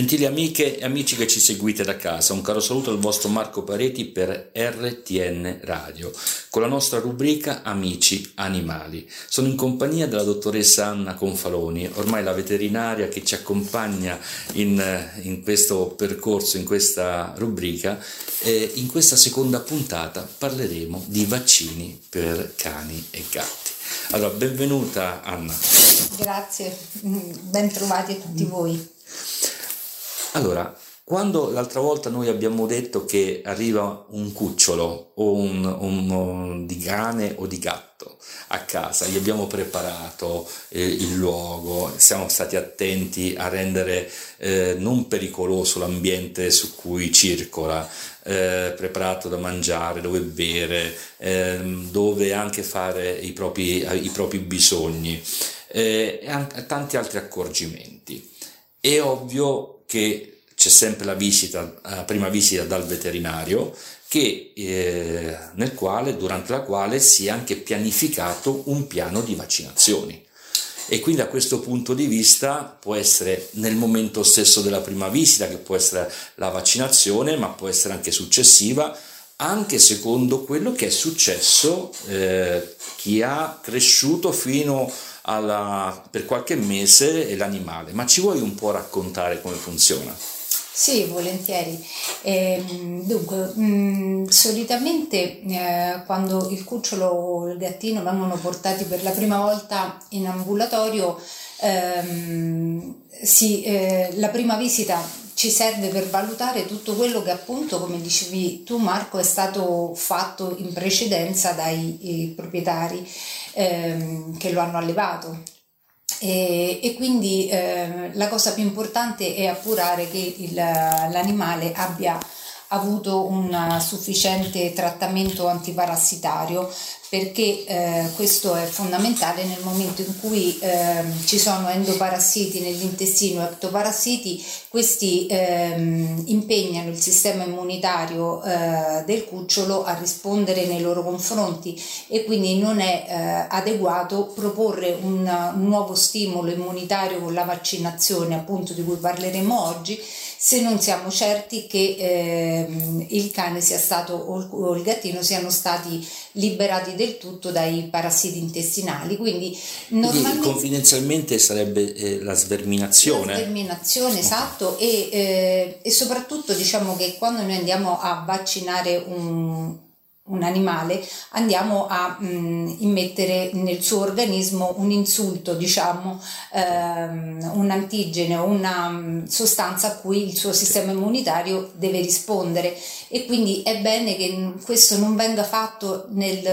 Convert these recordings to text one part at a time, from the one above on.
Gentili amiche e amici che ci seguite da casa, un caro saluto al vostro Marco Pareti per RTN Radio, con la nostra rubrica Amici Animali. Sono in compagnia della dottoressa Anna Confaloni, ormai la veterinaria che ci accompagna in questo percorso, in questa rubrica. In questa seconda puntata parleremo di vaccini per cani e gatti. Allora, benvenuta Anna. Grazie, ben trovati a tutti voi. Allora, quando l'altra volta noi abbiamo detto che arriva un cucciolo o un di cane o di gatto a casa, gli abbiamo preparato il luogo, siamo stati attenti a rendere non pericoloso l'ambiente su cui circola, preparato da mangiare, dove bere, dove anche fare i propri bisogni, e tanti altri accorgimenti. È ovvio che c'è sempre la prima visita dal veterinario, durante la quale si è anche pianificato un piano di vaccinazioni. E quindi da questo punto di vista può essere nel momento stesso della prima visita, che può essere la vaccinazione, ma può essere anche successiva, anche secondo quello che è successo chi ha cresciuto fino per qualche mese l'animale. Ma ci vuoi un po' raccontare come funziona? Sì, volentieri. Solitamente quando il cucciolo o il gattino vengono portati per la prima volta in ambulatorio, la prima visita ci serve per valutare tutto quello che, appunto, come dicevi tu Marco, è stato fatto in precedenza dai proprietari che lo hanno allevato. E quindi la cosa più importante è appurare che l'animale abbia avuto un sufficiente trattamento antiparassitario, perché questo è fondamentale nel momento in cui ci sono endoparassiti nell'intestino, ectoparassiti. Questi impegnano il sistema immunitario del cucciolo a rispondere nei loro confronti, e quindi non è adeguato proporre un nuovo stimolo immunitario con la vaccinazione, appunto, di cui parleremo oggi, se non siamo certi che il cane sia stato o il gattino siano stati liberati del tutto dai parassiti intestinali. Quindi normalmente confidenzialmente sarebbe la sverminazione. La sverminazione, esatto, e soprattutto diciamo che quando noi andiamo a vaccinare un animale andiamo a immettere nel suo organismo un insulto, diciamo, un antigene o una sostanza a cui il suo sistema immunitario deve rispondere, e quindi è bene che questo non venga fatto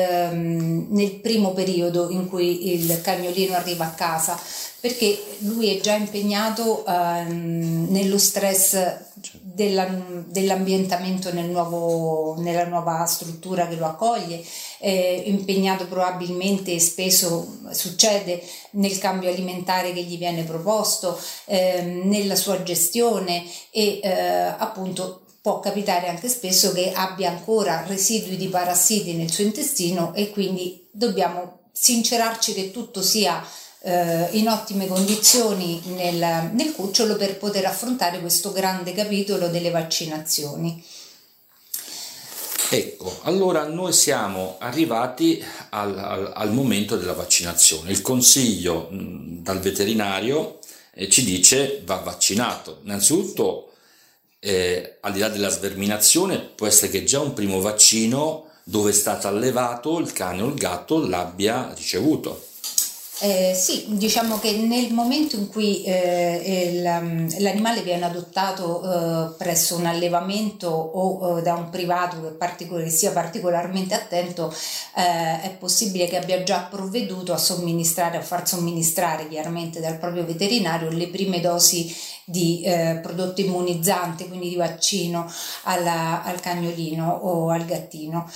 nel primo periodo in cui il cagnolino arriva a casa, perché lui è già impegnato nello stress dell'ambientamento nella nuova struttura che lo accoglie, impegnato probabilmente, spesso succede, nel cambio alimentare che gli viene proposto, nella sua gestione, e appunto può capitare anche spesso che abbia ancora residui di parassiti nel suo intestino, e quindi dobbiamo sincerarci che tutto sia in ottime condizioni nel cucciolo per poter affrontare questo grande capitolo delle vaccinazioni. Ecco, allora noi siamo arrivati al momento della vaccinazione. Il consiglio dal veterinario ci dice va vaccinato. Innanzitutto, al di là della sverminazione, può essere che già un primo vaccino dove è stato allevato il cane o il gatto l'abbia ricevuto. Sì, diciamo che nel momento in cui l'animale viene adottato presso un allevamento o da un privato che sia particolarmente attento, è possibile che abbia già provveduto a far somministrare chiaramente dal proprio veterinario le prime dosi di prodotto immunizzante, quindi di vaccino al cagnolino o al gattino.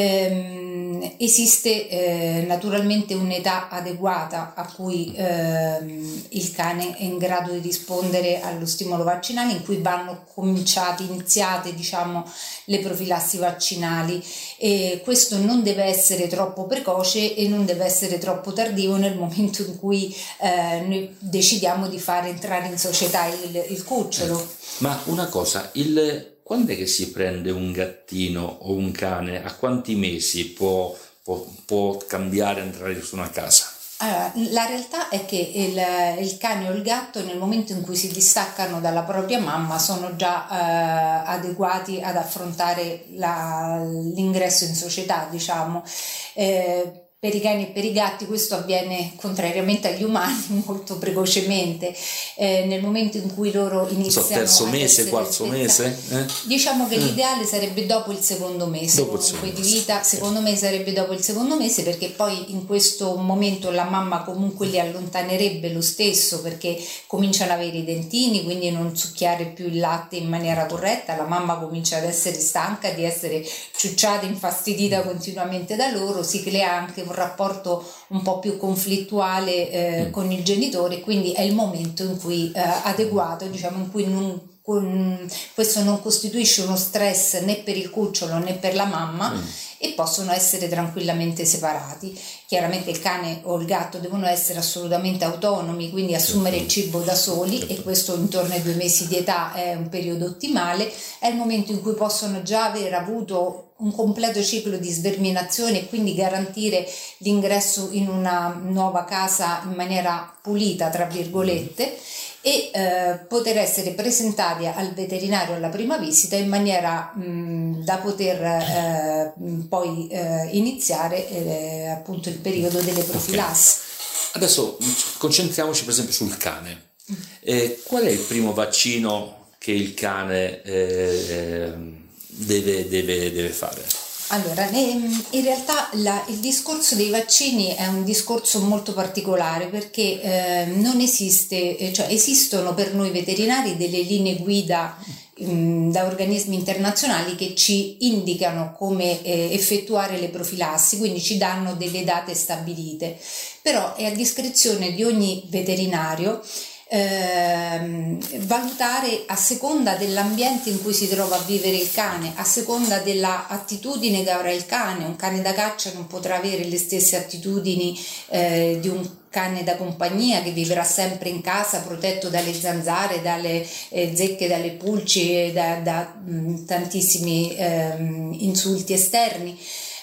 Esiste naturalmente un'età adeguata a cui il cane è in grado di rispondere allo stimolo vaccinale, in cui vanno iniziate diciamo le profilassi vaccinali, e questo non deve essere troppo precoce e non deve essere troppo tardivo nel momento in cui noi decidiamo di far entrare in società il il cucciolo. Ma una cosa, quando è che si prende un gattino o un cane? A quanti mesi può cambiare, entrare su una casa? Allora, la realtà è che il cane o il gatto, nel momento in cui si distaccano dalla propria mamma, sono già adeguati ad affrontare l'ingresso in società, diciamo. Per i cani e per i gatti questo avviene, contrariamente agli umani, molto precocemente. Nel momento in cui loro iniziano terzo mese, quarto mese? Diciamo che l'ideale sarebbe dopo il secondo mese, di vita. Secondo me sarebbe dopo il secondo mese, perché poi in questo momento la mamma comunque li allontanerebbe lo stesso, perché cominciano ad avere i dentini, quindi non succhiare più il latte in maniera corretta, la mamma comincia ad essere stanca di essere ciucciata, infastidita continuamente da loro, si crea anche un rapporto un po' più conflittuale con il genitore, quindi è il momento in cui adeguato, diciamo, in cui questo non costituisce uno stress né per il cucciolo né per la mamma e possono essere tranquillamente separati. Chiaramente il cane o il gatto devono essere assolutamente autonomi, quindi assumere il cibo da soli, e questo intorno ai 2 mesi di età è un periodo ottimale. È il momento in cui possono già aver avuto un completo ciclo di sverminazione e quindi garantire l'ingresso in una nuova casa in maniera pulita, tra virgolette, e poter essere presentati al veterinario alla prima visita in maniera da poter poi iniziare appunto il periodo delle profilassi. Adesso concentriamoci per esempio sul cane. Qual è il primo vaccino che il cane deve fare? Allora, in realtà il discorso dei vaccini è un discorso molto particolare, perché non esiste, cioè esistono per noi veterinari delle linee guida da organismi internazionali che ci indicano come effettuare le profilassi, quindi ci danno delle date stabilite, però è a discrezione di ogni veterinario valutare a seconda dell'ambiente in cui si trova a vivere il cane, a seconda della attitudine che avrà il cane. Un cane da caccia non potrà avere le stesse attitudini di un cane da compagnia che vivrà sempre in casa protetto dalle zanzare, dalle zecche, dalle pulci e da tantissimi insulti esterni.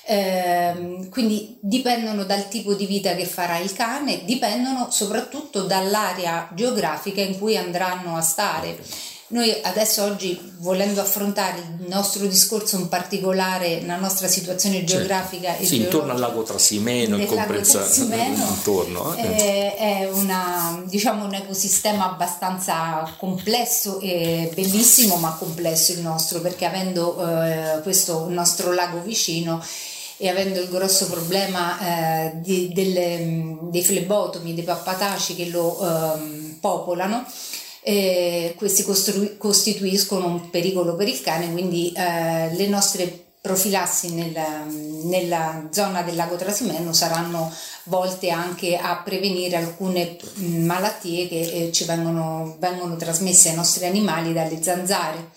Quindi dipendono dal tipo di vita che farà il cane, dipendono soprattutto dall'area geografica in cui andranno a stare. Noi adesso oggi, volendo affrontare il nostro discorso in particolare, la nostra situazione geografica e intorno al lago Trasimeno e intorno è un ecosistema abbastanza complesso e bellissimo, ma complesso il nostro, perché avendo questo nostro lago vicino e avendo il grosso problema dei flebotomi, dei pappataci che lo popolano, questi costituiscono un pericolo per il cane, quindi le nostre profilassi nella zona del lago Trasimeno saranno volte anche a prevenire alcune malattie che ci vengono trasmesse ai nostri animali dalle zanzare.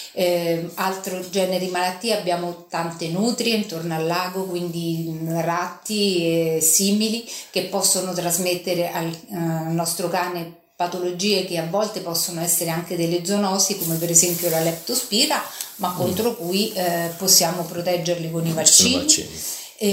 Altro genere di malattie, abbiamo tante nutrie intorno al lago, quindi ratti e simili, che possono trasmettere al nostro cane patologie che a volte possono essere anche delle zoonosi, come per esempio la leptospira, ma contro cui possiamo proteggerli con i vaccini.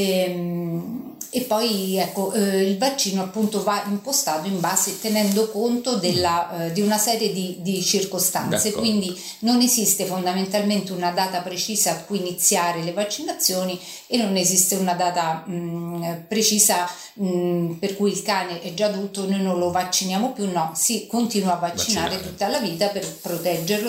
E poi ecco, il vaccino appunto va impostato in base, tenendo conto di una serie di circostanze. D'accordo. Quindi non esiste fondamentalmente una data precisa a cui iniziare le vaccinazioni, e non esiste una data precisa per cui il cane è già adulto, noi non lo vacciniamo più. No, si continua a vaccinare tutta la vita per proteggerlo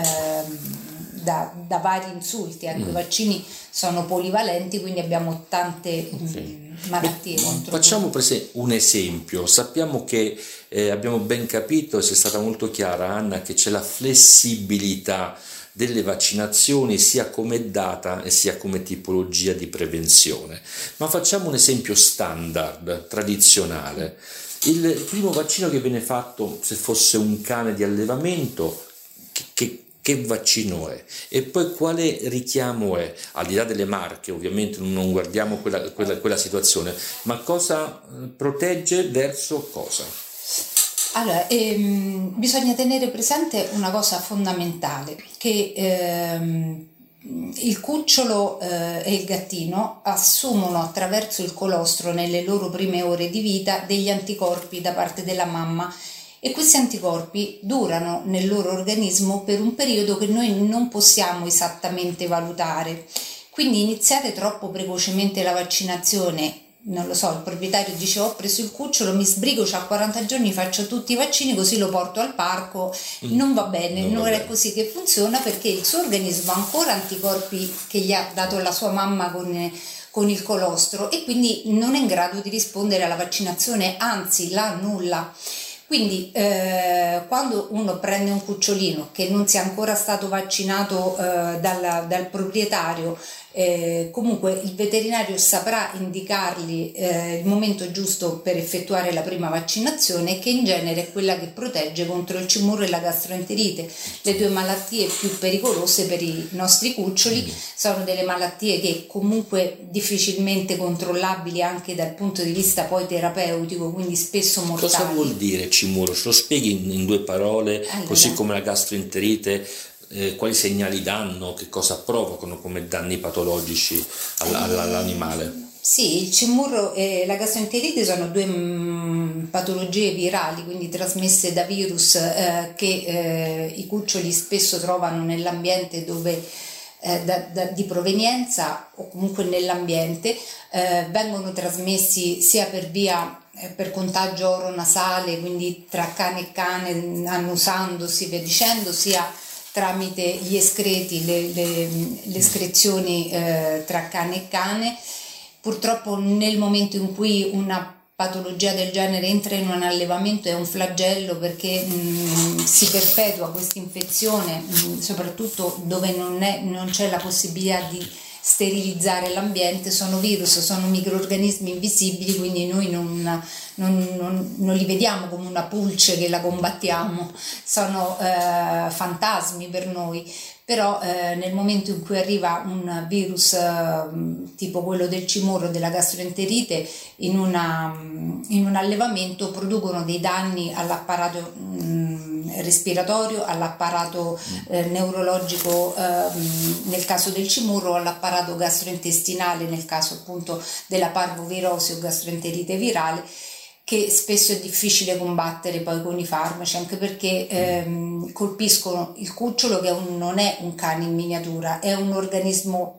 da vari insulti. I vaccini sono polivalenti, quindi abbiamo tante malattie contro. Facciamo un esempio. Sappiamo che abbiamo ben capito, e sei stata molto chiara Anna, che c'è la flessibilità delle vaccinazioni sia come data e sia come tipologia di prevenzione. Ma facciamo un esempio standard, tradizionale. Il primo vaccino che viene fatto, se fosse un cane di allevamento, che vaccino è? E poi quale richiamo è? Al di là delle marche, ovviamente non guardiamo quella situazione, ma cosa protegge verso cosa? Allora, bisogna tenere presente una cosa fondamentale, che il cucciolo e il gattino assumono attraverso il colostro nelle loro prime ore di vita degli anticorpi da parte della mamma, e questi anticorpi durano nel loro organismo per un periodo che noi non possiamo esattamente valutare. Quindi iniziare troppo precocemente la vaccinazione, non lo so, il proprietario dice ho preso il cucciolo, mi sbrigo, c'ha 40 giorni, faccio tutti i vaccini così lo porto al parco, non va bene, non è così che funziona, perché il suo organismo ha ancora anticorpi che gli ha dato la sua mamma con il colostro, e quindi non è in grado di rispondere alla vaccinazione, anzi la annulla. Quindi quando uno prende un cucciolino che non sia ancora stato vaccinato dal proprietario, comunque il veterinario saprà indicargli il momento giusto per effettuare la prima vaccinazione, che in genere è quella che protegge contro il cimurro e la gastroenterite, le due malattie più pericolose per i nostri cuccioli. Sono delle malattie che comunque difficilmente controllabili anche dal punto di vista poi terapeutico, quindi spesso mortali. Cosa vuol dire cimurro? Ce lo spieghi in due parole, allora, così come la gastroenterite? Quali segnali danno, che cosa provocano come danni patologici all'animale? Sì, il cimurro e la gastroenterite sono due patologie virali, quindi trasmesse da virus che i cuccioli spesso trovano nell'ambiente dove di provenienza, o comunque nell'ambiente, vengono trasmessi sia per contagio oronasale, quindi tra cane e cane annusandosi, via dicendo, sia tramite gli escreti, le escrezioni tra cane e cane. Purtroppo nel momento in cui una patologia del genere entra in un allevamento è un flagello, perché si perpetua questa infezione, soprattutto dove non c'è la possibilità di sterilizzare l'ambiente. Sono virus, sono microrganismi invisibili, quindi noi non li vediamo come una pulce che la combattiamo, sono fantasmi per noi. Però nel momento in cui arriva un virus tipo quello del cimurro, della gastroenterite, in un allevamento, producono dei danni all'apparato respiratorio, all'apparato neurologico nel caso del cimurro, all'apparato gastrointestinale nel caso appunto della parvovirosi o gastroenterite virale, che spesso è difficile combattere poi con i farmaci, anche perché colpiscono il cucciolo, che non è un cane in miniatura, è un organismo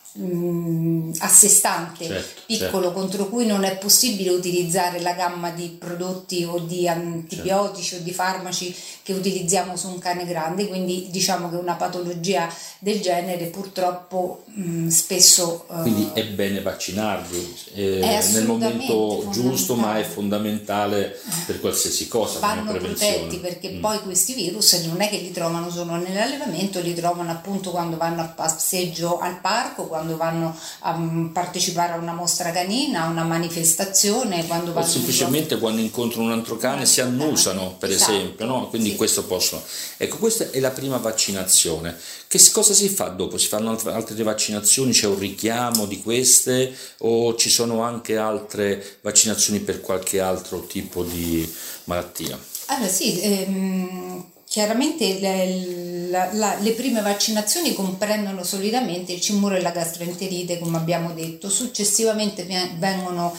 a sé stante, piccolo, certo, contro cui non è possibile utilizzare la gamma di prodotti o di antibiotici, certo, o di farmaci che utilizziamo su un cane grande. Quindi diciamo che una patologia del genere purtroppo spesso quindi è bene vaccinarli nel momento giusto, ma è fondamentale per qualsiasi cosa. Vanno protetti, perché poi questi virus non è che li trovano solo nell'allevamento, li trovano appunto quando vanno a passeggio al parco, quando vanno a partecipare a una mostra canina, a una manifestazione, quando vanno semplicemente quando incontrano un altro cane si annusano, per esempio, no? Quindi sì, questo possono. Ecco, questa è la prima vaccinazione. Che cosa si fa dopo? Si fanno altre vaccinazioni? C'è un richiamo di queste, o ci sono anche altre vaccinazioni per qualche altro tipo di malattia? Allora sì, chiaramente le prime vaccinazioni comprendono solitamente il cimurro e la gastroenterite, come abbiamo detto. Successivamente vengono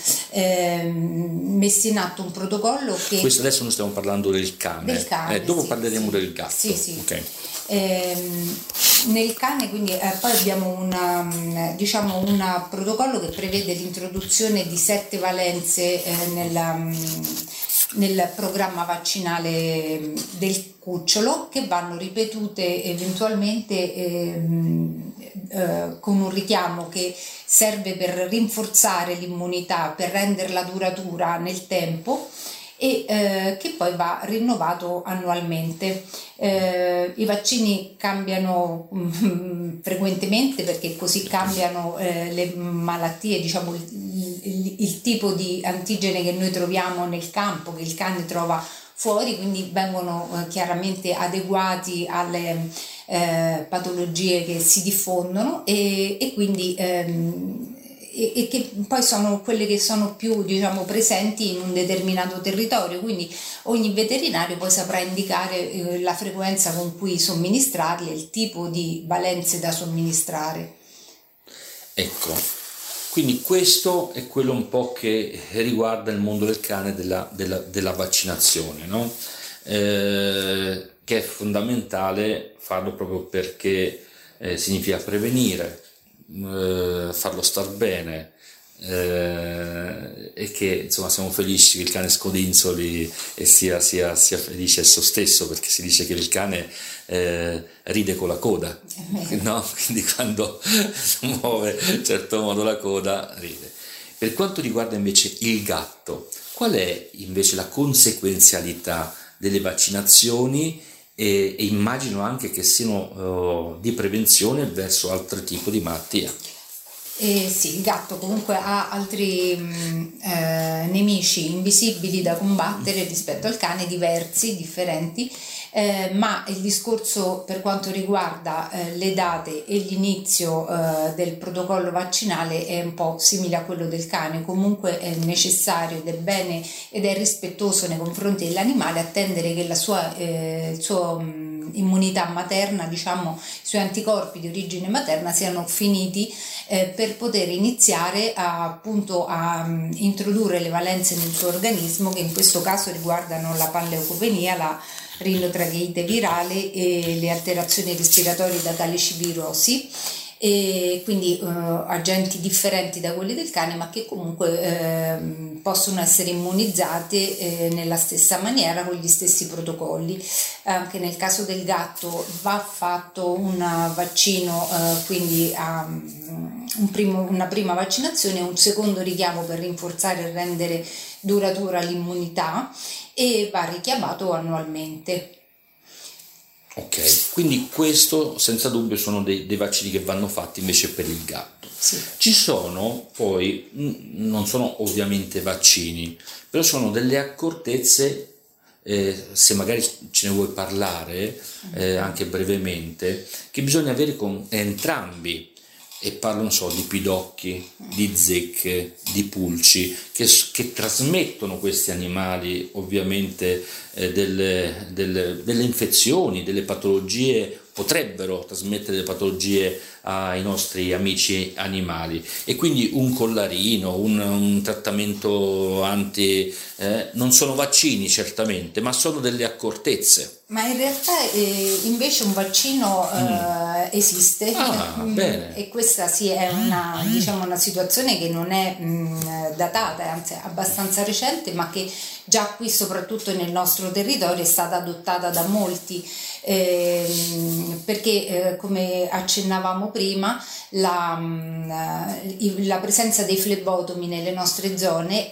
messi in atto un protocollo che... Questo adesso noi stiamo parlando del cane. Dopo sì, parleremo sì, del gatto. Sì, sì. Okay. Nel cane quindi poi abbiamo un protocollo che prevede l'introduzione di 7 valenze nel programma vaccinale del cucciolo, che vanno ripetute eventualmente con un richiamo che serve per rinforzare l'immunità, per renderla duratura nel tempo, e che poi va rinnovato annualmente. I vaccini cambiano frequentemente, perché così cambiano le malattie, diciamo il tipo di antigene che noi troviamo nel campo, che il cane trova fuori, quindi vengono chiaramente adeguati alle patologie che si diffondono, e quindi e che poi sono quelle che sono più, diciamo, presenti in un determinato territorio, quindi ogni veterinario poi saprà indicare la frequenza con cui somministrarli e il tipo di valenze da somministrare. Ecco, quindi questo è quello un po' che riguarda il mondo del cane, della vaccinazione, no? Che è fondamentale farlo proprio perché significa prevenire, farlo star bene, e che insomma siamo felici che il cane scodinzoli e sia felice esso stesso, perché si dice che il cane ride con la coda, no? Quindi quando muove in certo modo la coda ride. Per quanto riguarda invece il gatto, qual è invece la conseguenzialità delle vaccinazioni, e immagino anche che siano di prevenzione verso altri tipi di malattia? Sì, il gatto comunque ha altri nemici invisibili da combattere rispetto al cane, differenti, ma il discorso per quanto riguarda le date e l'inizio del protocollo vaccinale è un po' simile a quello del cane. Comunque è necessario ed è bene ed è rispettoso nei confronti dell'animale attendere che il suo immunità materna, diciamo i suoi anticorpi di origine materna siano finiti per poter iniziare appunto a introdurre le valenze nel suo organismo, che in questo caso riguardano la panleucopenia, la rinotracheite virale e le alterazioni respiratorie da calicivirosi, e quindi agenti differenti da quelli del cane, ma che comunque possono essere immunizzate nella stessa maniera con gli stessi protocolli. Anche nel caso del gatto va fatto un vaccino, quindi una prima vaccinazione, un secondo richiamo per rinforzare e rendere duratura l'immunità, e va richiamato annualmente. Ok, quindi questo senza dubbio sono dei vaccini che vanno fatti invece per il gatto. Sì. Ci sono poi, non sono ovviamente vaccini, però sono delle accortezze, se magari ce ne vuoi parlare anche brevemente, che bisogna avere con entrambi. E parlo, non so, di pidocchi, di zecche, di pulci, che trasmettono questi animali ovviamente delle infezioni, delle patologie, potrebbero trasmettere delle patologie ai nostri amici animali, e quindi un collarino, un trattamento non sono vaccini certamente, ma sono delle accortezze. Ma in realtà invece un vaccino esiste, bene. e questa sì è diciamo, una situazione che non è datata, anzi è abbastanza recente, ma che già qui soprattutto nel nostro territorio è stata adottata da molti, perché come accennavamo prima, la presenza dei flebotomi nelle nostre zone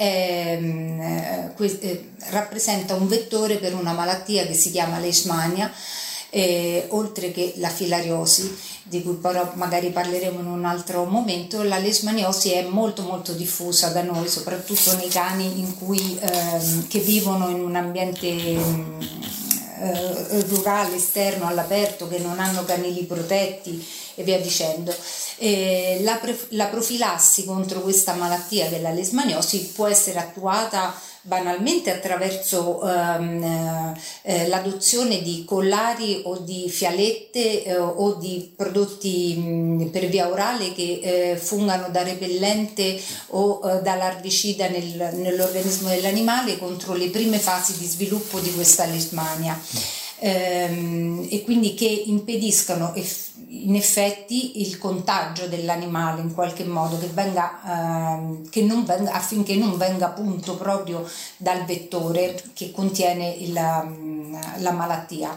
rappresenta un vettore per una malattia che si chiama leishmania, oltre che la filariosi, di cui però magari parleremo in un altro momento. La leishmaniosi è molto molto diffusa da noi, soprattutto nei cani che vivono in un ambiente rurale, esterno, all'aperto, che non hanno canili protetti e via dicendo. La profilassi contro questa malattia della leishmaniosi può essere attuata banalmente attraverso l'adozione di collari o di fialette o di prodotti per via orale che fungano da repellente o da larvicida nell'organismo dell'animale contro le prime fasi di sviluppo di questa leishmania. E quindi che impediscano in effetti il contagio dell'animale in qualche modo, affinché non venga appunto proprio dal vettore che contiene la malattia.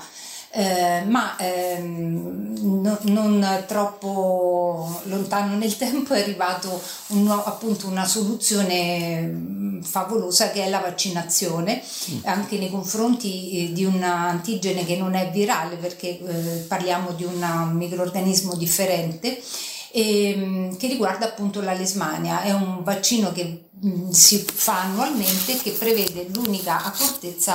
Non troppo lontano nel tempo è arrivato appunto una soluzione favolosa, che è la vaccinazione, anche nei confronti di un antigene che non è virale, perché parliamo di un microrganismo differente, che riguarda appunto la leishmania. È un vaccino che si fa annualmente, che prevede l'unica accortezza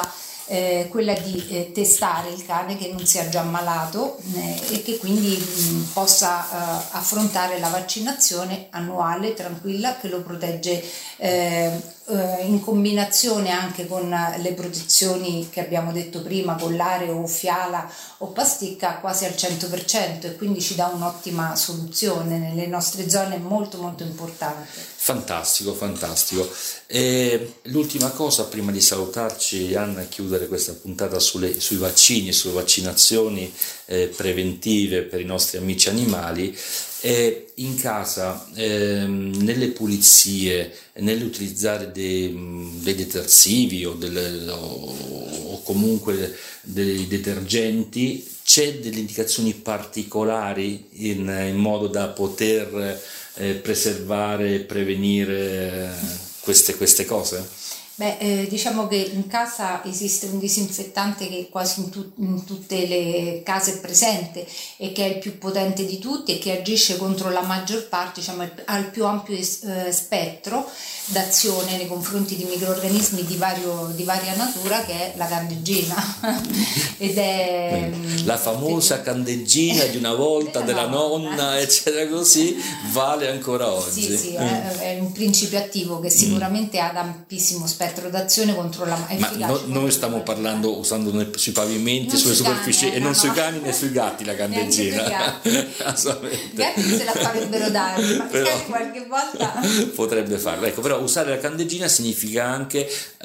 quella di testare il cane che non sia già ammalato e che quindi possa affrontare la vaccinazione annuale tranquilla, che lo protegge in combinazione anche con le protezioni che abbiamo detto prima, collare o fiala o pasticca, quasi al 100%, e quindi ci dà un'ottima soluzione nelle nostre zone molto molto importante. Fantastico, fantastico. E l'ultima cosa prima di salutarci, Anna, e chiudere questa puntata sui vaccini, sulle vaccinazioni preventive per i nostri amici animali, in casa, nelle pulizie, nell'utilizzare dei detersivi o comunque dei detergenti, c'è delle indicazioni particolari in modo da poter preservare e prevenire queste cose? Diciamo che in casa esiste un disinfettante che quasi in tutte le case è presente e che è il più potente di tutti e che agisce contro la maggior parte, diciamo, ha il più ampio spettro d'azione nei confronti di microrganismi di varia natura, che è la candeggina. Ed è la famosa candeggina di una volta della nonna, eccetera, così vale ancora oggi. Sì, è un principio attivo che sicuramente ha ampissimo spettro d'azione contro la ma noi stiamo parlando usando sui pavimenti, sulle superfici, e non sui cani né sui gatti la candeggina. I gatti se la farebbero dare, ma però qualche volta potrebbe farlo. Ecco, però usare la candeggina significa anche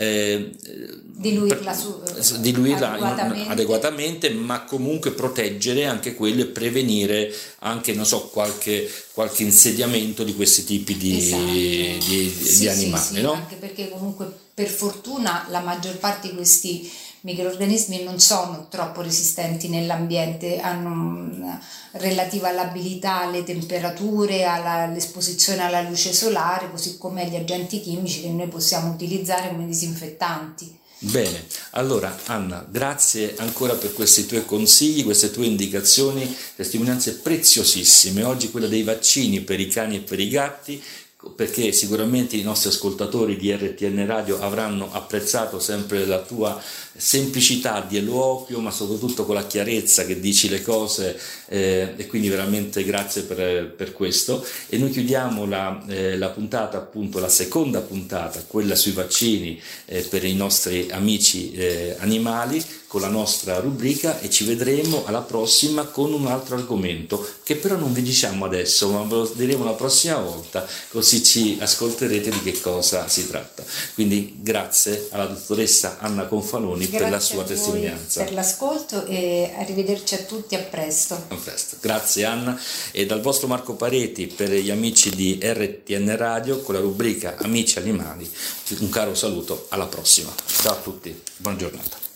diluirla adeguatamente, ma comunque proteggere anche quello e prevenire anche, non so, qualche insediamento di questi tipi di animali, sì, no? Anche perché comunque per fortuna la maggior parte di questi microrganismi non sono troppo resistenti nell'ambiente, hanno relativa all'abilità alle temperature, all'esposizione alla luce solare, così come agli agenti chimici che noi possiamo utilizzare come disinfettanti. Bene, allora Anna, grazie ancora per questi tuoi consigli, queste tue indicazioni, testimonianze preziosissime. Oggi quella dei vaccini per i cani e per i gatti, perché sicuramente i nostri ascoltatori di RTN Radio avranno apprezzato sempre la tua semplicità di eloquio, ma soprattutto con la chiarezza che dici le cose, e quindi veramente grazie per questo. E noi chiudiamo la puntata, appunto la seconda puntata, quella sui vaccini per i nostri amici animali, con la nostra rubrica, e ci vedremo alla prossima con un altro argomento che però non vi diciamo adesso, ma ve lo diremo la prossima volta, così ci ascolterete di che cosa si tratta. Quindi grazie alla dottoressa Anna Confaloni per la sua testimonianza. Per l'ascolto, e arrivederci a tutti, a presto. A presto. Grazie Anna, e dal vostro Marco Pareti per gli amici di RTN Radio con la rubrica Amici Animali un caro saluto, alla prossima. Ciao a tutti, buona giornata.